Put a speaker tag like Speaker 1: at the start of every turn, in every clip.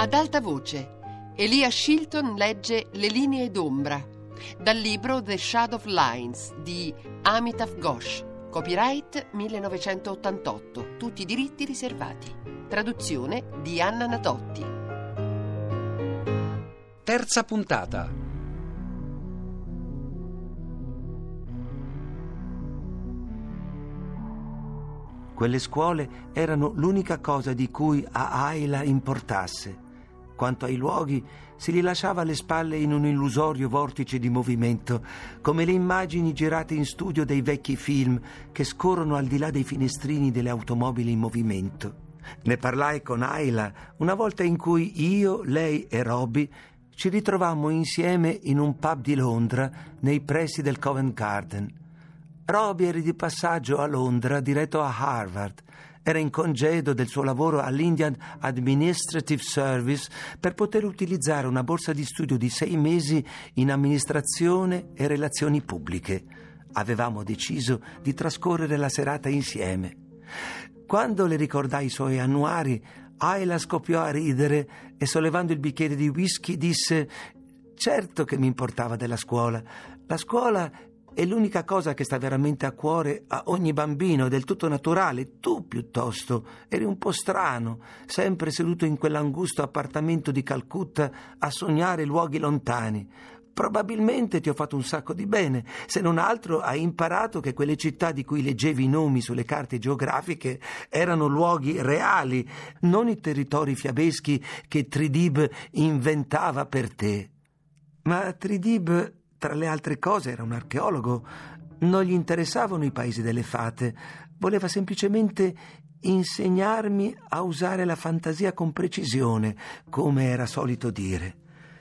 Speaker 1: Ad alta voce, Elia Shilton legge Le linee d'ombra, dal libro The Shadow Lines di Amitav Ghosh, copyright 1988, tutti i diritti riservati. Traduzione di Anna Natotti.
Speaker 2: Terza puntata.
Speaker 3: Quelle scuole erano l'unica cosa di cui a Ayla importasse. Quanto ai luoghi, si li lasciava alle spalle in un illusorio vortice di movimento, come le immagini girate in studio dei vecchi film che scorrono al di là dei finestrini delle automobili in movimento. Ne parlai con Ayla una volta in cui io, lei e Robbie ci ritrovammo insieme in un pub di Londra nei pressi del Covent Garden. Robbie era di passaggio a Londra diretto a Harvard. Era in congedo del suo lavoro all'Indian Administrative Service per poter utilizzare una borsa di studio di 6 mesi in amministrazione e relazioni pubbliche. Avevamo deciso di trascorrere la serata insieme. Quando le ricordai i suoi annuari, Ayla scoppiò a ridere e, sollevando il bicchiere di whisky, disse: «Certo che mi importava della scuola. La scuola è l'unica cosa che sta veramente a cuore a ogni bambino, è del tutto naturale. Tu, piuttosto, eri un po' strano, sempre seduto in quell'angusto appartamento di Calcutta a sognare luoghi lontani. Probabilmente ti ho fatto un sacco di bene, se non altro hai imparato che quelle città di cui leggevi i nomi sulle carte geografiche erano luoghi reali, non i territori fiabeschi che Tridib inventava per te». Ma Tridib, tra le altre cose, era un archeologo. Non gli interessavano i paesi delle fate. Voleva semplicemente insegnarmi a usare la fantasia con precisione, come era solito dire.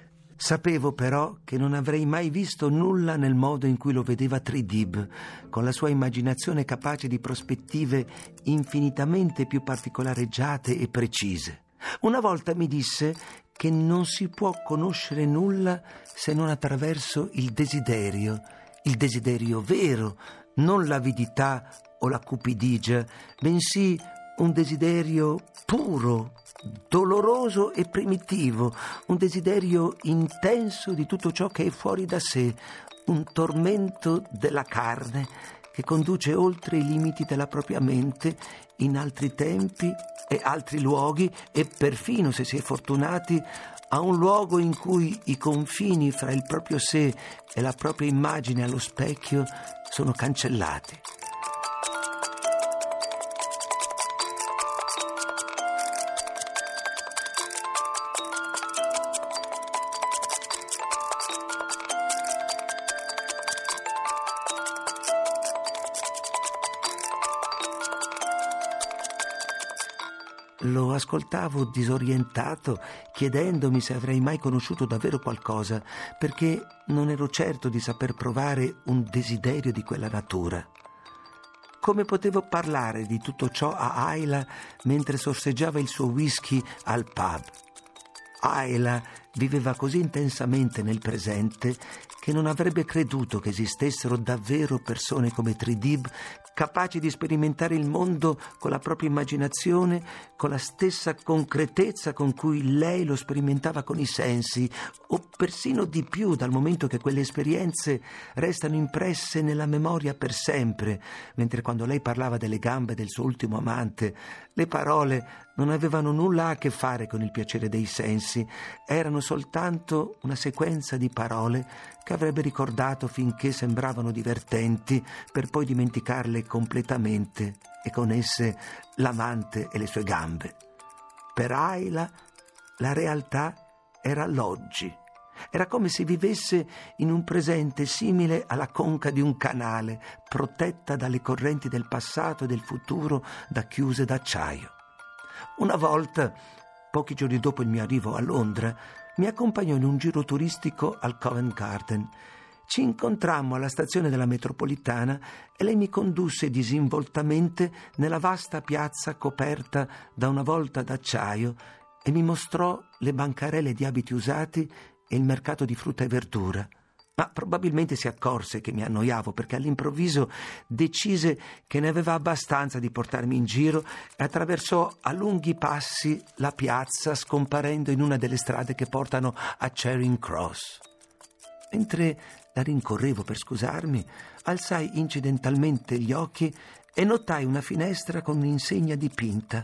Speaker 3: Sapevo però che non avrei mai visto nulla nel modo in cui lo vedeva Tridib, con la sua immaginazione capace di prospettive infinitamente più particolareggiate e precise. Una volta mi disse che non si può conoscere nulla se non attraverso il desiderio vero, non l'avidità o la cupidigia, bensì un desiderio puro, doloroso e primitivo, un desiderio intenso di tutto ciò che è fuori da sé, un tormento della carne che conduce oltre i limiti della propria mente in altri tempi e altri luoghi e perfino, se si è fortunati, a un luogo in cui i confini fra il proprio sé e la propria immagine allo specchio sono cancellati. Lo ascoltavo disorientato, chiedendomi se avrei mai conosciuto davvero qualcosa, perché non ero certo di saper provare un desiderio di quella natura. Come potevo parlare di tutto ciò a Ayla mentre sorseggiava il suo whisky al pub? Ayla viveva così intensamente nel presente che non avrebbe creduto che esistessero davvero persone come Tridib capaci di sperimentare il mondo con la propria immaginazione, con la stessa concretezza con cui lei lo sperimentava con i sensi, o persino di più, dal momento che quelle esperienze restano impresse nella memoria per sempre, mentre quando lei parlava delle gambe del suo ultimo amante, le parole non avevano nulla a che fare con il piacere dei sensi, erano soltanto una sequenza di parole che avrebbe ricordato finché sembravano divertenti, per poi dimenticarle completamente e con esse l'amante e le sue gambe. Per Ayla la realtà era l'oggi. Era come se vivesse in un presente simile alla conca di un canale, protetta dalle correnti del passato e del futuro da chiuse d'acciaio. Una volta, pochi giorni dopo il mio arrivo a Londra, mi accompagnò in un giro turistico al Covent Garden. Ci incontrammo alla stazione della metropolitana e lei mi condusse disinvoltamente nella vasta piazza coperta da una volta d'acciaio e mi mostrò le bancarelle di abiti usati e il mercato di frutta e verdura. Ma probabilmente si accorse che mi annoiavo, perché all'improvviso decise che ne aveva abbastanza di portarmi in giro e attraversò a lunghi passi la piazza, scomparendo in una delle strade che portano a Charing Cross. Mentre la rincorrevo per scusarmi, alzai incidentalmente gli occhi e notai una finestra con un'insegna dipinta.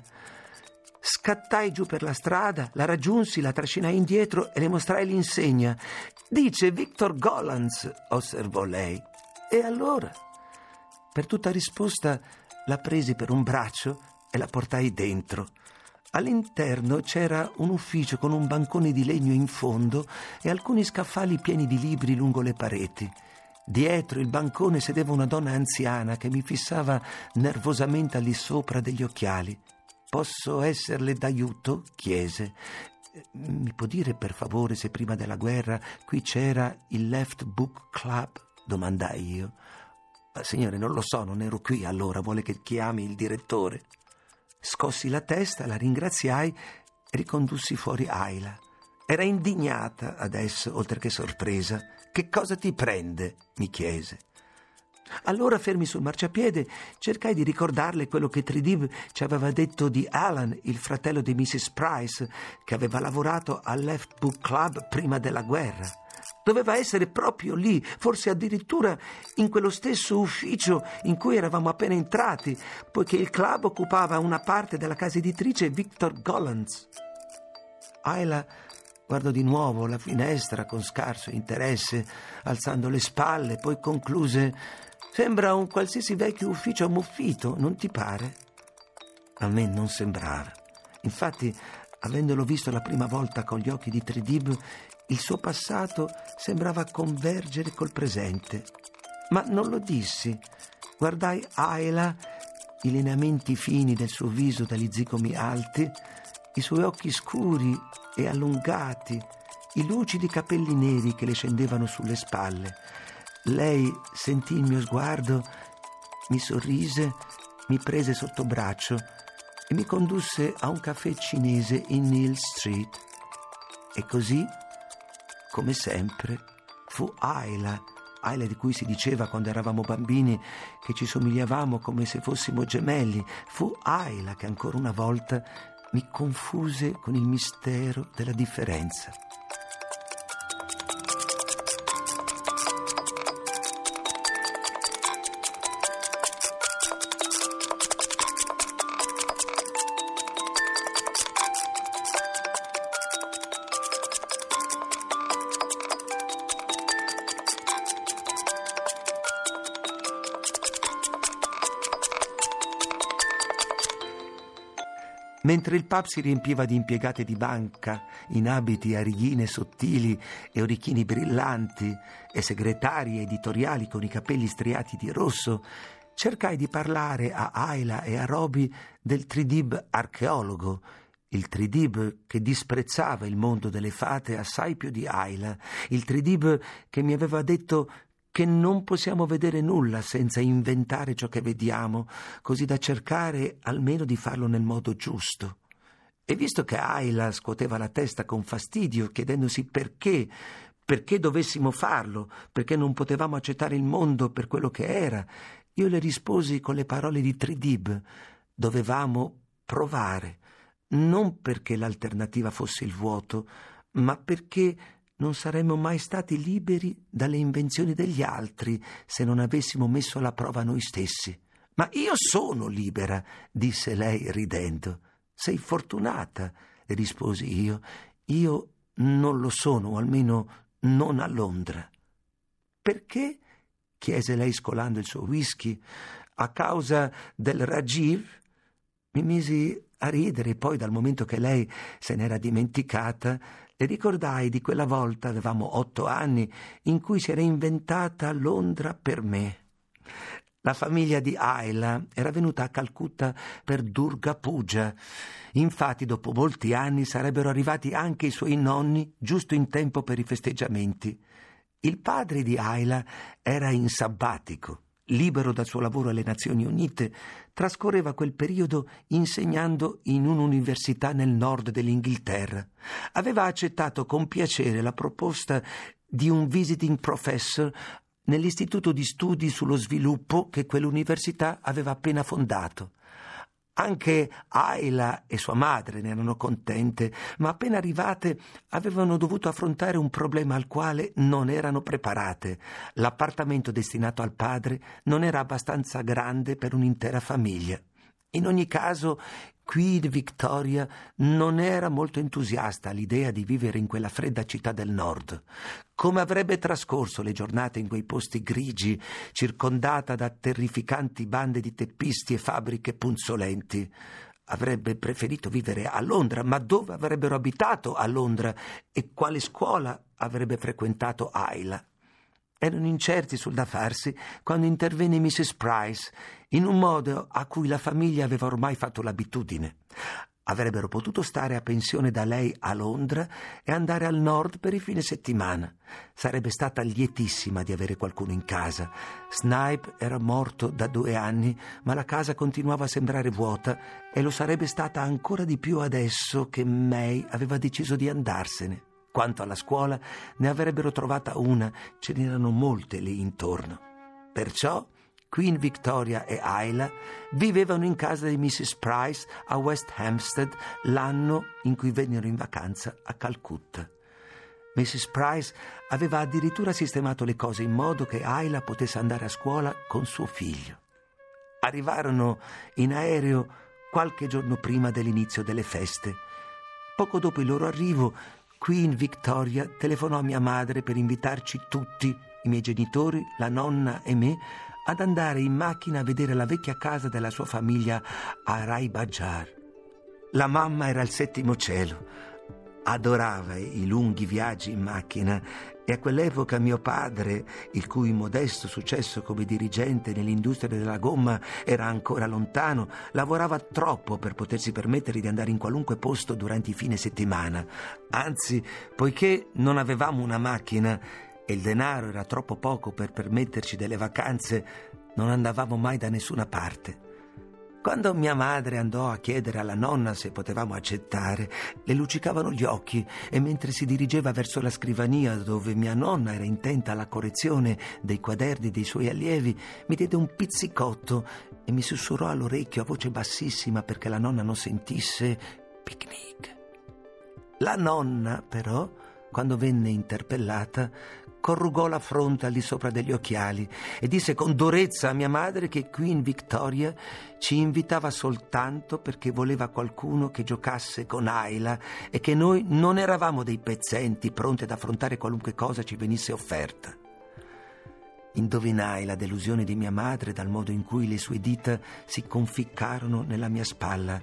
Speaker 3: Scattai giù per la strada, la raggiunsi, la trascinai indietro e le mostrai l'insegna. «Dice Victor Gollancz», osservò lei. E allora? Per tutta risposta la presi per un braccio e la portai dentro. All'interno c'era un ufficio con un bancone di legno in fondo e alcuni scaffali pieni di libri lungo le pareti. Dietro il bancone sedeva una donna anziana che mi fissava nervosamente al di sopra degli occhiali. «Posso esserle d'aiuto?» chiese. «Mi può dire per favore se prima della guerra qui c'era il Left Book Club?» domandai io. «Signore, non lo so, non ero qui allora, vuole che chiami il direttore?» Scossi la testa, la ringraziai e ricondussi fuori Ayla. Era indignata adesso, oltre che sorpresa. «Che cosa ti prende?» mi chiese. Allora, fermi sul marciapiede, cercai di ricordarle quello che Tridib ci aveva detto di Alan, il fratello di Mrs. Price, che aveva lavorato al Left Book Club prima della guerra. Doveva essere proprio lì, forse addirittura in quello stesso ufficio in cui eravamo appena entrati, poiché il club occupava una parte della casa editrice Victor Gollancz. Ayla guardò di nuovo la finestra con scarso interesse, alzando le spalle, poi concluse: «Sembra un qualsiasi vecchio ufficio ammuffito, non ti pare?» A me non sembrava. Infatti, avendolo visto la prima volta con gli occhi di Tridib, il suo passato sembrava convergere col presente. Ma non lo dissi. Guardai Ayla, i lineamenti fini del suo viso dagli zigomi alti, i suoi occhi scuri e allungati, i lucidi capelli neri che le scendevano sulle spalle. Lei sentì il mio sguardo, mi sorrise, mi prese sotto braccio e mi condusse a un caffè cinese in Neal Street. E così, come sempre, fu Ayla di cui si diceva quando eravamo bambini che ci somigliavamo come se fossimo gemelli. Fu Ayla che ancora una volta mi confuse con il mistero della differenza. Mentre il pub si riempiva di impiegate di banca in abiti a righine sottili e orecchini brillanti e segretarie editoriali con i capelli striati di rosso, cercai di parlare a Ayla e a Roby del Tridib archeologo, il Tridib che disprezzava il mondo delle fate assai più di Ayla, il Tridib che mi aveva detto che non possiamo vedere nulla senza inventare ciò che vediamo, così da cercare almeno di farlo nel modo giusto. E visto che Ayla scuoteva la testa con fastidio, chiedendosi perché dovessimo farlo, perché non potevamo accettare il mondo per quello che era, io le risposi con le parole di Tridib: dovevamo provare, non perché l'alternativa fosse il vuoto, ma perché non saremmo mai stati liberi dalle invenzioni degli altri se non avessimo messo alla prova noi stessi. «Ma io sono libera», disse lei ridendo. «Sei fortunata», le risposi io. «Io non lo sono, o almeno non a Londra». «Perché?» chiese lei scolando il suo whisky. «A causa del Rajiv?» Mi misi a ridere e poi, dal momento che lei se n'era dimenticata, le ricordai di quella volta, avevamo 8 anni, in cui si era inventata Londra per me. La famiglia di Ayla era venuta a Calcutta per Durga Puja. Infatti, dopo molti anni sarebbero arrivati anche i suoi nonni, giusto in tempo per i festeggiamenti. Il padre di Ayla era in sabbatico. Libero dal suo lavoro alle Nazioni Unite, trascorreva quel periodo insegnando in un'università nel nord dell'Inghilterra. Aveva accettato con piacere la proposta di un visiting professor nell'istituto di studi sullo sviluppo che quell'università aveva appena fondato. Anche Ayla e sua madre ne erano contente, ma appena arrivate avevano dovuto affrontare un problema al quale non erano preparate. L'appartamento destinato al padre non era abbastanza grande per un'intera famiglia. In ogni caso, Queen Victoria non era molto entusiasta all'idea di vivere in quella fredda città del nord. Come avrebbe trascorso le giornate in quei posti grigi, circondata da terrificanti bande di teppisti e fabbriche puzzolenti? Avrebbe preferito vivere a Londra, ma dove avrebbero abitato a Londra e quale scuola avrebbe frequentato Ayla? Erano incerti sul da farsi quando intervenne Mrs. Price in un modo a cui la famiglia aveva ormai fatto l'abitudine. Avrebbero potuto stare a pensione da lei a Londra e andare al nord per il fine settimana. Sarebbe stata lietissima di avere qualcuno in casa. Snipe era morto da 2 anni, ma la casa continuava a sembrare vuota e lo sarebbe stata ancora di più adesso che May aveva deciso di andarsene. Quanto alla scuola, ne avrebbero trovata una, ce n'erano molte lì intorno. Perciò Queen Victoria e Ayla vivevano in casa di Mrs. Price a West Hampstead l'anno in cui vennero in vacanza a Calcutta. Mrs. Price aveva addirittura sistemato le cose in modo che Ayla potesse andare a scuola con suo figlio. Arrivarono in aereo qualche giorno prima dell'inizio delle feste. Poco dopo il loro arrivo, Queen Victoria telefonò a mia madre per invitarci tutti, i miei genitori, la nonna e me, ad andare in macchina a vedere la vecchia casa della sua famiglia a Rai Bajar. La mamma era al 7° cielo. Adorava i lunghi viaggi in macchina e a quell'epoca mio padre, il cui modesto successo come dirigente nell'industria della gomma era ancora lontano, lavorava troppo per potersi permettere di andare in qualunque posto durante i fine settimana. Anzi, poiché non avevamo una macchina e il denaro era troppo poco per permetterci delle vacanze, non andavamo mai da nessuna parte. Quando mia madre andò a chiedere alla nonna se potevamo accettare, le luccicavano gli occhi e mentre si dirigeva verso la scrivania dove mia nonna era intenta alla correzione dei quaderni dei suoi allievi, mi diede un pizzicotto e mi sussurrò all'orecchio a voce bassissima perché la nonna non sentisse: picnic. La nonna, però, quando venne interpellata, corrugò la fronte al di sopra degli occhiali e disse con durezza a mia madre che Queen Victoria ci invitava soltanto perché voleva qualcuno che giocasse con Ayla e che noi non eravamo dei pezzenti pronti ad affrontare qualunque cosa ci venisse offerta. Indovinai la delusione di mia madre dal modo in cui le sue dita si conficcarono nella mia spalla.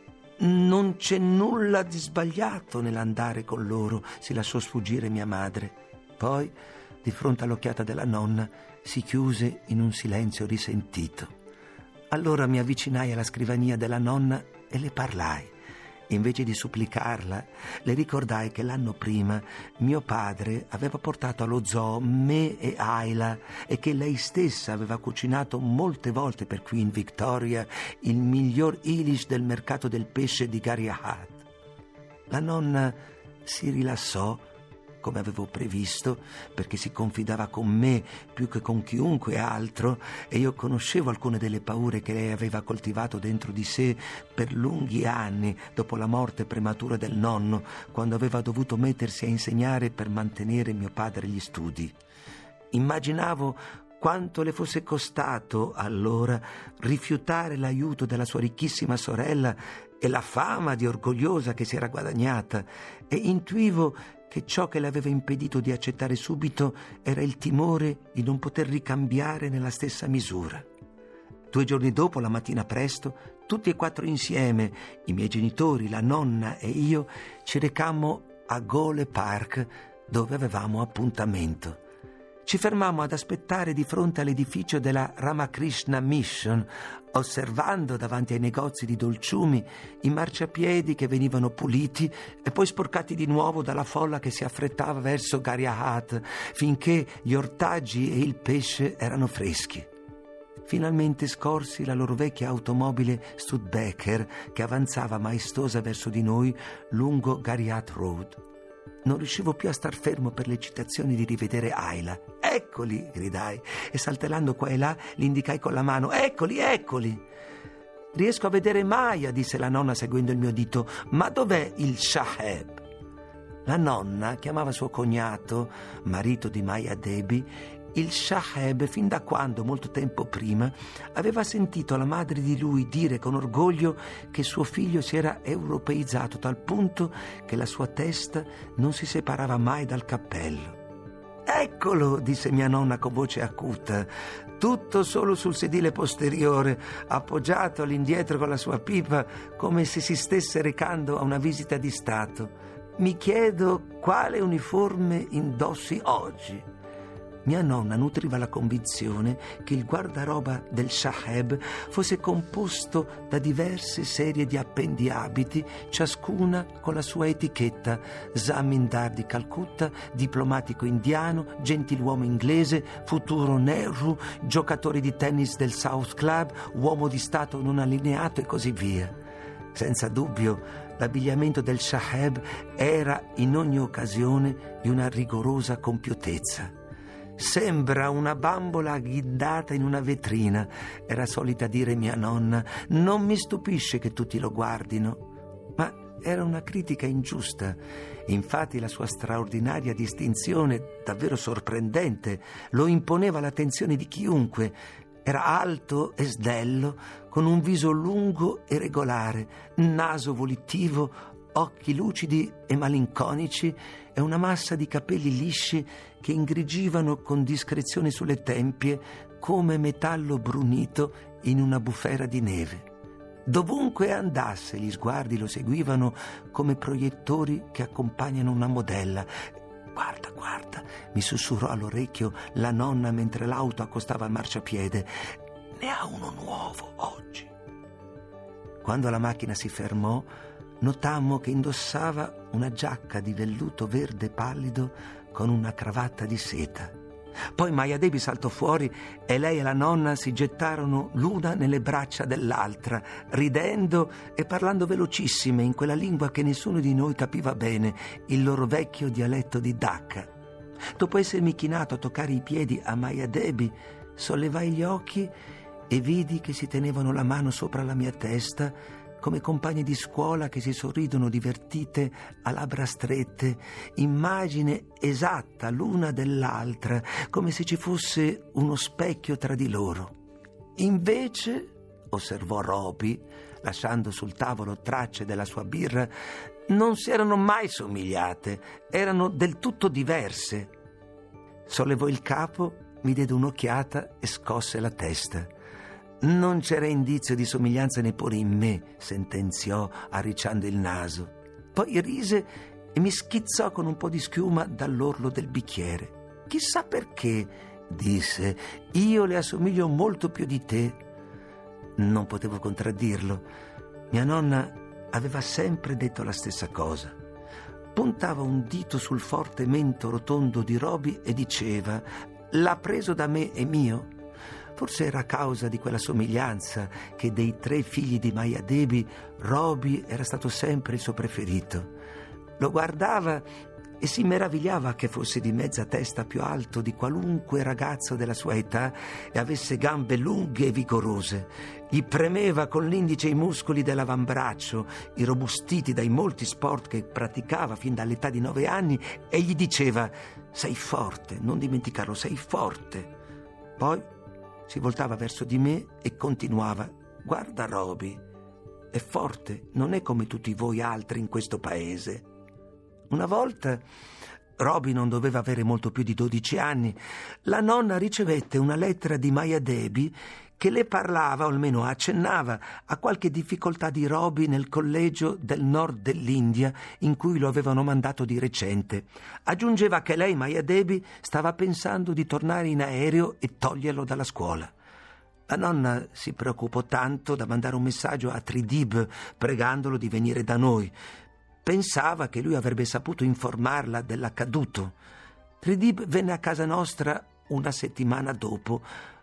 Speaker 3: Non c'è nulla di sbagliato nell'andare con loro, si lasciò sfuggire mia madre. Poi, di fronte all'occhiata della nonna, si chiuse in un silenzio risentito. Allora mi avvicinai alla scrivania della nonna e le parlai. Invece di supplicarla, le ricordai che l'anno prima mio padre aveva portato allo zoo me e Ayla e che lei stessa aveva cucinato molte volte per Queen Victoria il miglior Ilish del mercato del pesce di Gariahat. La nonna si rilassò, come avevo previsto, perché si confidava con me più che con chiunque altro e io conoscevo alcune delle paure che lei aveva coltivato dentro di sé per lunghi anni dopo la morte prematura del nonno, quando aveva dovuto mettersi a insegnare per mantenere mio padre gli studi. Immaginavo quanto le fosse costato allora rifiutare l'aiuto della sua ricchissima sorella e la fama di orgogliosa che si era guadagnata, e intuivo che ciò che le aveva impedito di accettare subito era il timore di non poter ricambiare nella stessa misura. 2 giorni dopo, la mattina presto, tutti e 4 insieme, i miei genitori, la nonna e io, ci recammo a Gole Park, dove avevamo appuntamento. Ci fermammo ad aspettare di fronte all'edificio della Ramakrishna Mission, osservando davanti ai negozi di dolciumi i marciapiedi che venivano puliti e poi sporcati di nuovo dalla folla che si affrettava verso Gariahat, finché gli ortaggi e il pesce erano freschi. Finalmente scorsi la loro vecchia automobile Studebaker che avanzava maestosa verso di noi lungo Gariahat Road. Non riuscivo più a star fermo per l'eccitazione di rivedere Ayla. «Eccoli!» gridai, e saltellando qua e là li indicai con la mano. «Eccoli, eccoli!» «Riesco a vedere Maya», disse la nonna seguendo il mio dito. «Ma dov'è il Shaheb?» La nonna chiamava suo cognato, marito di Maya Debi, il Shaheb fin da quando, molto tempo prima, aveva sentito la madre di lui dire con orgoglio che suo figlio si era europeizzato tal punto che la sua testa non si separava mai dal cappello. «Eccolo», disse mia nonna con voce acuta, tutto solo sul sedile posteriore, appoggiato all'indietro con la sua pipa, come se si stesse recando a una visita di Stato. «Mi chiedo quale uniforme indossi oggi». Mia nonna nutriva la convinzione che il guardaroba del Shaheb fosse composto da diverse serie di appendiabiti, ciascuna con la sua etichetta: Zamindar di Calcutta, diplomatico indiano, gentiluomo inglese, futuro Nehru, giocatore di tennis del South Club, uomo di Stato non allineato e così via. Senza dubbio, l'abbigliamento del Shaheb era in ogni occasione di una rigorosa compiutezza. «Sembra una bambola agghindata in una vetrina», era solita dire mia nonna. «Non mi stupisce che tutti lo guardino». Ma era una critica ingiusta. Infatti la sua straordinaria distinzione, davvero sorprendente, lo imponeva l'attenzione di chiunque. Era alto e snello, con un viso lungo e regolare, naso volitivo, occhi lucidi e malinconici e una massa di capelli lisci che ingrigivano con discrezione sulle tempie come metallo brunito in una bufera di neve. Dovunque andasse gli sguardi lo seguivano come proiettori che accompagnano una modella. «Guarda, guarda», mi sussurrò all'orecchio la nonna mentre l'auto accostava al marciapiede, «ne ha uno nuovo oggi». Quando la macchina si fermò, notammo che indossava una giacca di velluto verde pallido con una cravatta di seta. Poi Maya Debi saltò fuori e lei e la nonna si gettarono l'una nelle braccia dell'altra, ridendo e parlando velocissime in quella lingua che nessuno di noi capiva bene, il loro vecchio dialetto di Dhaka. Dopo essermi chinato a toccare i piedi a Maya Debi, sollevai gli occhi e vidi che si tenevano la mano sopra la mia testa come compagni di scuola che si sorridono divertite a labbra strette, immagine esatta l'una dell'altra, come se ci fosse uno specchio tra di loro. Invece, osservò Roby, lasciando sul tavolo tracce della sua birra, non si erano mai somigliate, erano del tutto diverse. Sollevò il capo, mi diede un'occhiata e scosse la testa. «Non c'era indizio di somiglianza neppure in me», sentenziò arricciando il naso. Poi rise e mi schizzò con un po' di schiuma dall'orlo del bicchiere. «Chissà perché», disse, «io le assomiglio molto più di te». Non potevo contraddirlo. Mia nonna aveva sempre detto la stessa cosa. Puntava un dito sul forte mento rotondo di Roby e diceva: «L'ha preso da me, è mio». Forse era a causa di quella somiglianza che dei 3 figli di Maya Debi, Roby era stato sempre il suo preferito. Lo guardava e si meravigliava che fosse di mezza testa più alto di qualunque ragazzo della sua età e avesse gambe lunghe e vigorose. Gli premeva con l'indice i muscoli dell'avambraccio, irrobustiti dai molti sport che praticava fin dall'età di 9 anni, e gli diceva: «Sei forte, non dimenticarlo, sei forte». Poi si voltava verso di me e continuava: «Guarda Roby, è forte, non è come tutti voi altri in questo paese». Una volta, Roby non doveva avere molto più di 12 anni, la nonna ricevette una lettera di Maya Debi che le parlava, o almeno accennava, a qualche difficoltà di Roby nel collegio del nord dell'India in cui lo avevano mandato di recente. Aggiungeva che lei, Maya Debi, stava pensando di tornare in aereo e toglierlo dalla scuola. La nonna si preoccupò tanto da mandare un messaggio a Tridib pregandolo di venire da noi. Pensava che lui avrebbe saputo informarla dell'accaduto. Tridib venne a casa nostra una settimana dopo,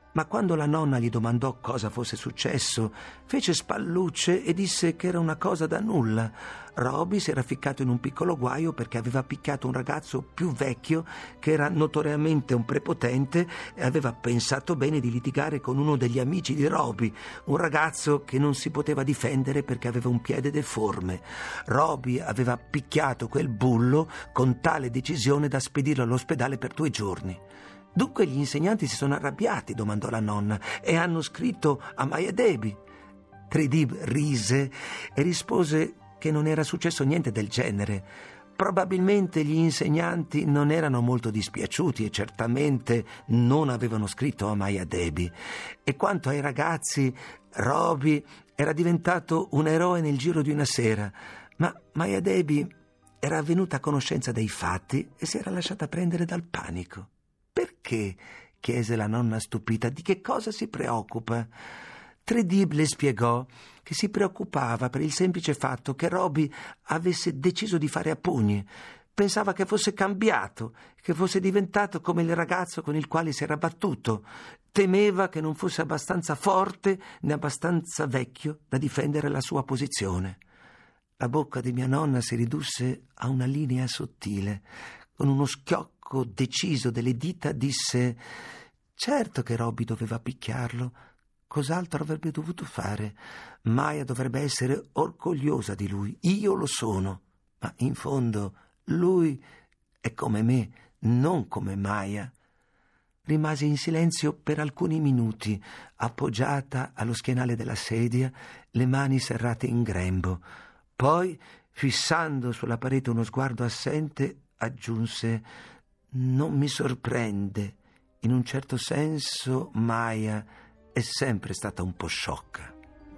Speaker 3: Ma quando la nonna gli domandò cosa fosse successo, fece spallucce e disse che era una cosa da nulla. Roby si era ficcato in un piccolo guaio perché aveva picchiato un ragazzo più vecchio che era notoriamente un prepotente e aveva pensato bene di litigare con uno degli amici di Roby, un ragazzo che non si poteva difendere perché aveva un piede deforme. Roby aveva picchiato quel bullo con tale decisione da spedirlo all'ospedale per 2 giorni. Dunque gli insegnanti si sono arrabbiati, domandò la nonna, e hanno scritto a Maya Debbie. Tredib rise e rispose che non era successo niente del genere. Probabilmente gli insegnanti non erano molto dispiaciuti e certamente non avevano scritto a Maya Debbie. E quanto ai ragazzi, Roby era diventato un eroe nel giro di una sera, ma Maya Debbie era venuta a conoscenza dei fatti e si era lasciata prendere dal panico. «Perché?» chiese la nonna stupita. «Di che cosa si preoccupa?» Tredib le spiegò che si preoccupava per il semplice fatto che Roby avesse deciso di fare a pugni. Pensava che fosse cambiato, che fosse diventato come il ragazzo con il quale si era battuto. Temeva che non fosse abbastanza forte né abbastanza vecchio da difendere la sua posizione. La bocca di mia nonna si ridusse a una linea sottile. Con uno schiocco deciso delle dita disse: «Certo che Roby doveva picchiarlo. Cos'altro avrebbe dovuto fare? Maya dovrebbe essere orgogliosa di lui. Io lo sono. Ma in fondo lui è come me, non come Maya». Rimase in silenzio per alcuni minuti, appoggiata allo schienale della sedia, le mani serrate in grembo. Poi, fissando sulla parete uno sguardo assente, aggiunse: «Non mi sorprende. In un certo senso Maya è sempre stata un po' sciocca».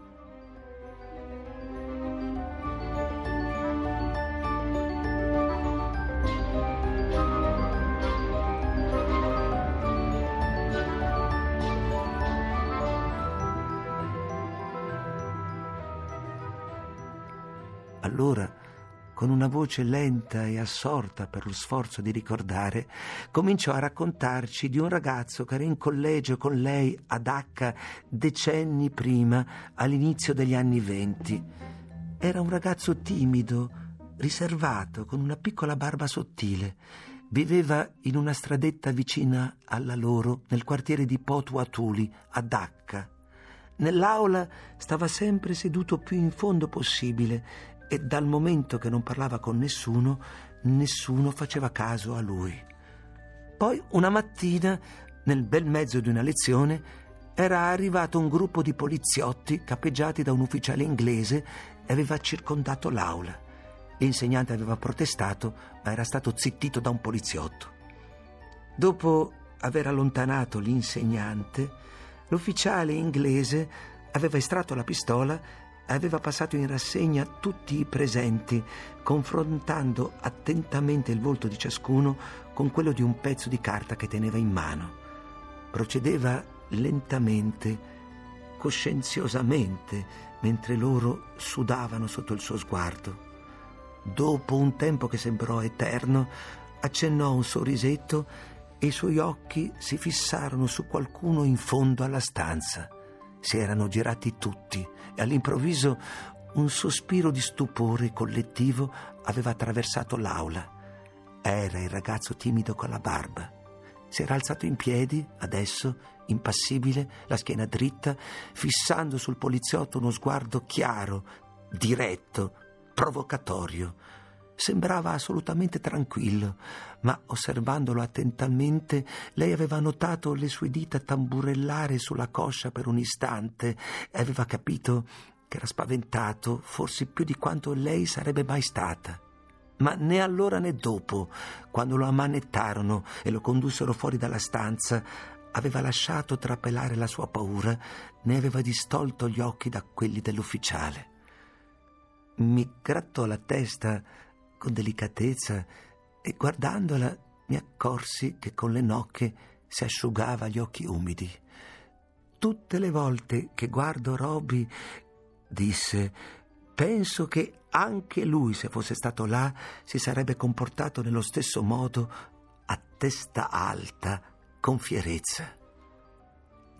Speaker 3: Allora, con una voce lenta e assorta per lo sforzo di ricordare, cominciò a raccontarci di un ragazzo che era in collegio con lei a Dacca decenni prima, all'inizio degli anni '20. Era un ragazzo timido, riservato, con una piccola barba sottile. Viveva in una stradetta vicina alla loro, nel quartiere di Potuatuli, a Dacca. Nell'aula stava sempre seduto più in fondo possibile e dal momento che non parlava con nessuno, nessuno faceva caso a lui. Poi una mattina, nel bel mezzo di una lezione, era arrivato un gruppo di poliziotti capeggiati da un ufficiale inglese e aveva circondato l'aula. L'insegnante aveva protestato, ma era stato zittito da un poliziotto. Dopo aver allontanato l'insegnante, l'ufficiale inglese aveva estratto la pistola e aveva passato in rassegna tutti i presenti, confrontando attentamente il volto di ciascuno con quello di un pezzo di carta che teneva in mano. Procedeva lentamente, coscienziosamente, mentre loro sudavano sotto il suo sguardo. Dopo un tempo che sembrò eterno, accennò un sorrisetto e i suoi occhi si fissarono su qualcuno in fondo alla stanza. Si erano girati tutti e all'improvviso un sospiro di stupore collettivo aveva attraversato l'aula. Era il ragazzo timido con la barba. Si era alzato in piedi, adesso, impassibile, la schiena dritta, fissando sul poliziotto uno sguardo chiaro, diretto, provocatorio. Sembrava assolutamente tranquillo, ma osservandolo attentamente lei aveva notato le sue dita tamburellare sulla coscia per un istante e aveva capito che era spaventato, forse più di quanto lei sarebbe mai stata. Ma né allora né dopo, quando lo ammanettarono e lo condussero fuori dalla stanza, aveva lasciato trapelare la sua paura, né aveva distolto gli occhi da quelli dell'ufficiale. Mi grattò la testa con delicatezza e guardandola mi accorsi che con le nocche si asciugava gli occhi umidi. «Tutte le volte che guardo Roby», disse, «penso che anche lui, se fosse stato là, si sarebbe comportato nello stesso modo, a testa alta, con fierezza».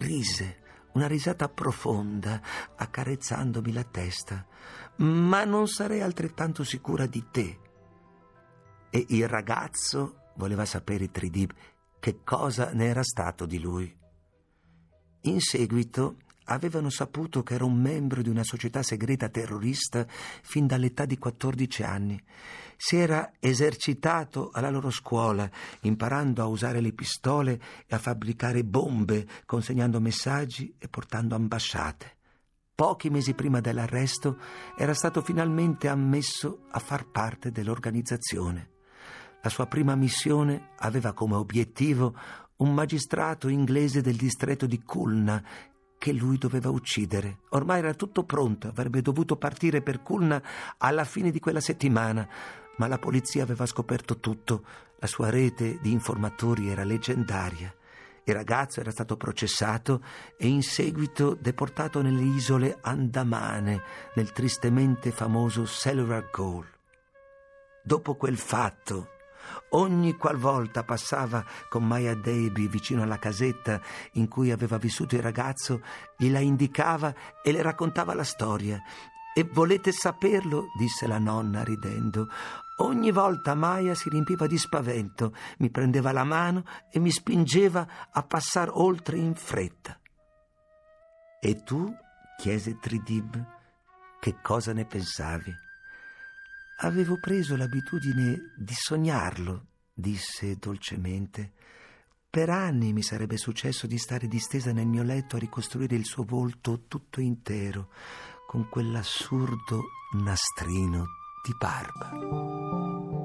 Speaker 3: rise, una risata profonda, accarezzandomi la testa. «Ma non sarei altrettanto sicura di te». E il ragazzo voleva sapere, Tridib, che cosa ne era stato di lui. In seguito avevano saputo che era un membro di una società segreta terrorista fin dall'età di 14 anni. Si era esercitato alla loro scuola, imparando a usare le pistole e a fabbricare bombe, consegnando messaggi e portando ambasciate. Pochi mesi prima dell'arresto era stato finalmente ammesso a far parte dell'organizzazione. La sua prima missione aveva come obiettivo un magistrato inglese del distretto di Khulna che lui doveva uccidere. Ormai era tutto pronto, avrebbe dovuto partire per Khulna alla fine di quella settimana, ma la polizia aveva scoperto tutto. La sua rete di informatori era leggendaria. Il ragazzo era stato processato e in seguito deportato nelle isole Andamane, nel tristemente famoso Cellular Goal. Dopo quel fatto, ogni qualvolta passava con Maya Davy vicino alla casetta in cui aveva vissuto il ragazzo, gliela indicava e le raccontava la storia. «E volete saperlo?» disse la nonna ridendo. Ogni volta Maya si riempiva di spavento, mi prendeva la mano e mi spingeva a passare oltre in fretta. «E tu?» chiese Tridib. «Che cosa ne pensavi?» «Avevo preso l'abitudine di sognarlo», disse dolcemente. «Per anni mi sarebbe successo di stare distesa nel mio letto a ricostruire il suo volto tutto intero, con quell'assurdo nastrino di barba».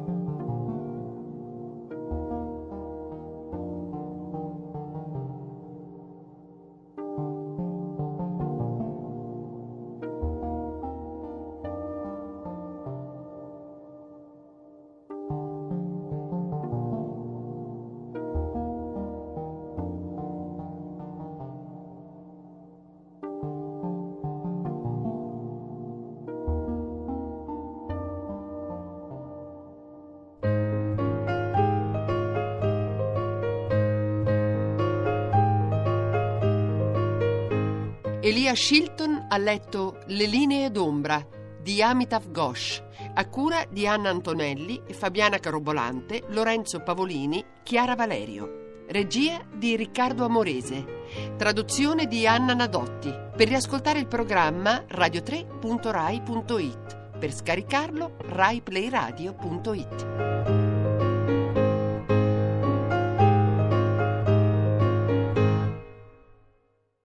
Speaker 1: Elia Shilton ha letto Le linee d'ombra di Amitav Ghosh, a cura di Anna Antonelli, Fabiana Carobolante, Lorenzo Pavolini, Chiara Valerio. Regia di Riccardo Amorese. Traduzione di Anna Nadotti. Per riascoltare il programma radio3.rai.it. Per scaricarlo raiplayradio.it.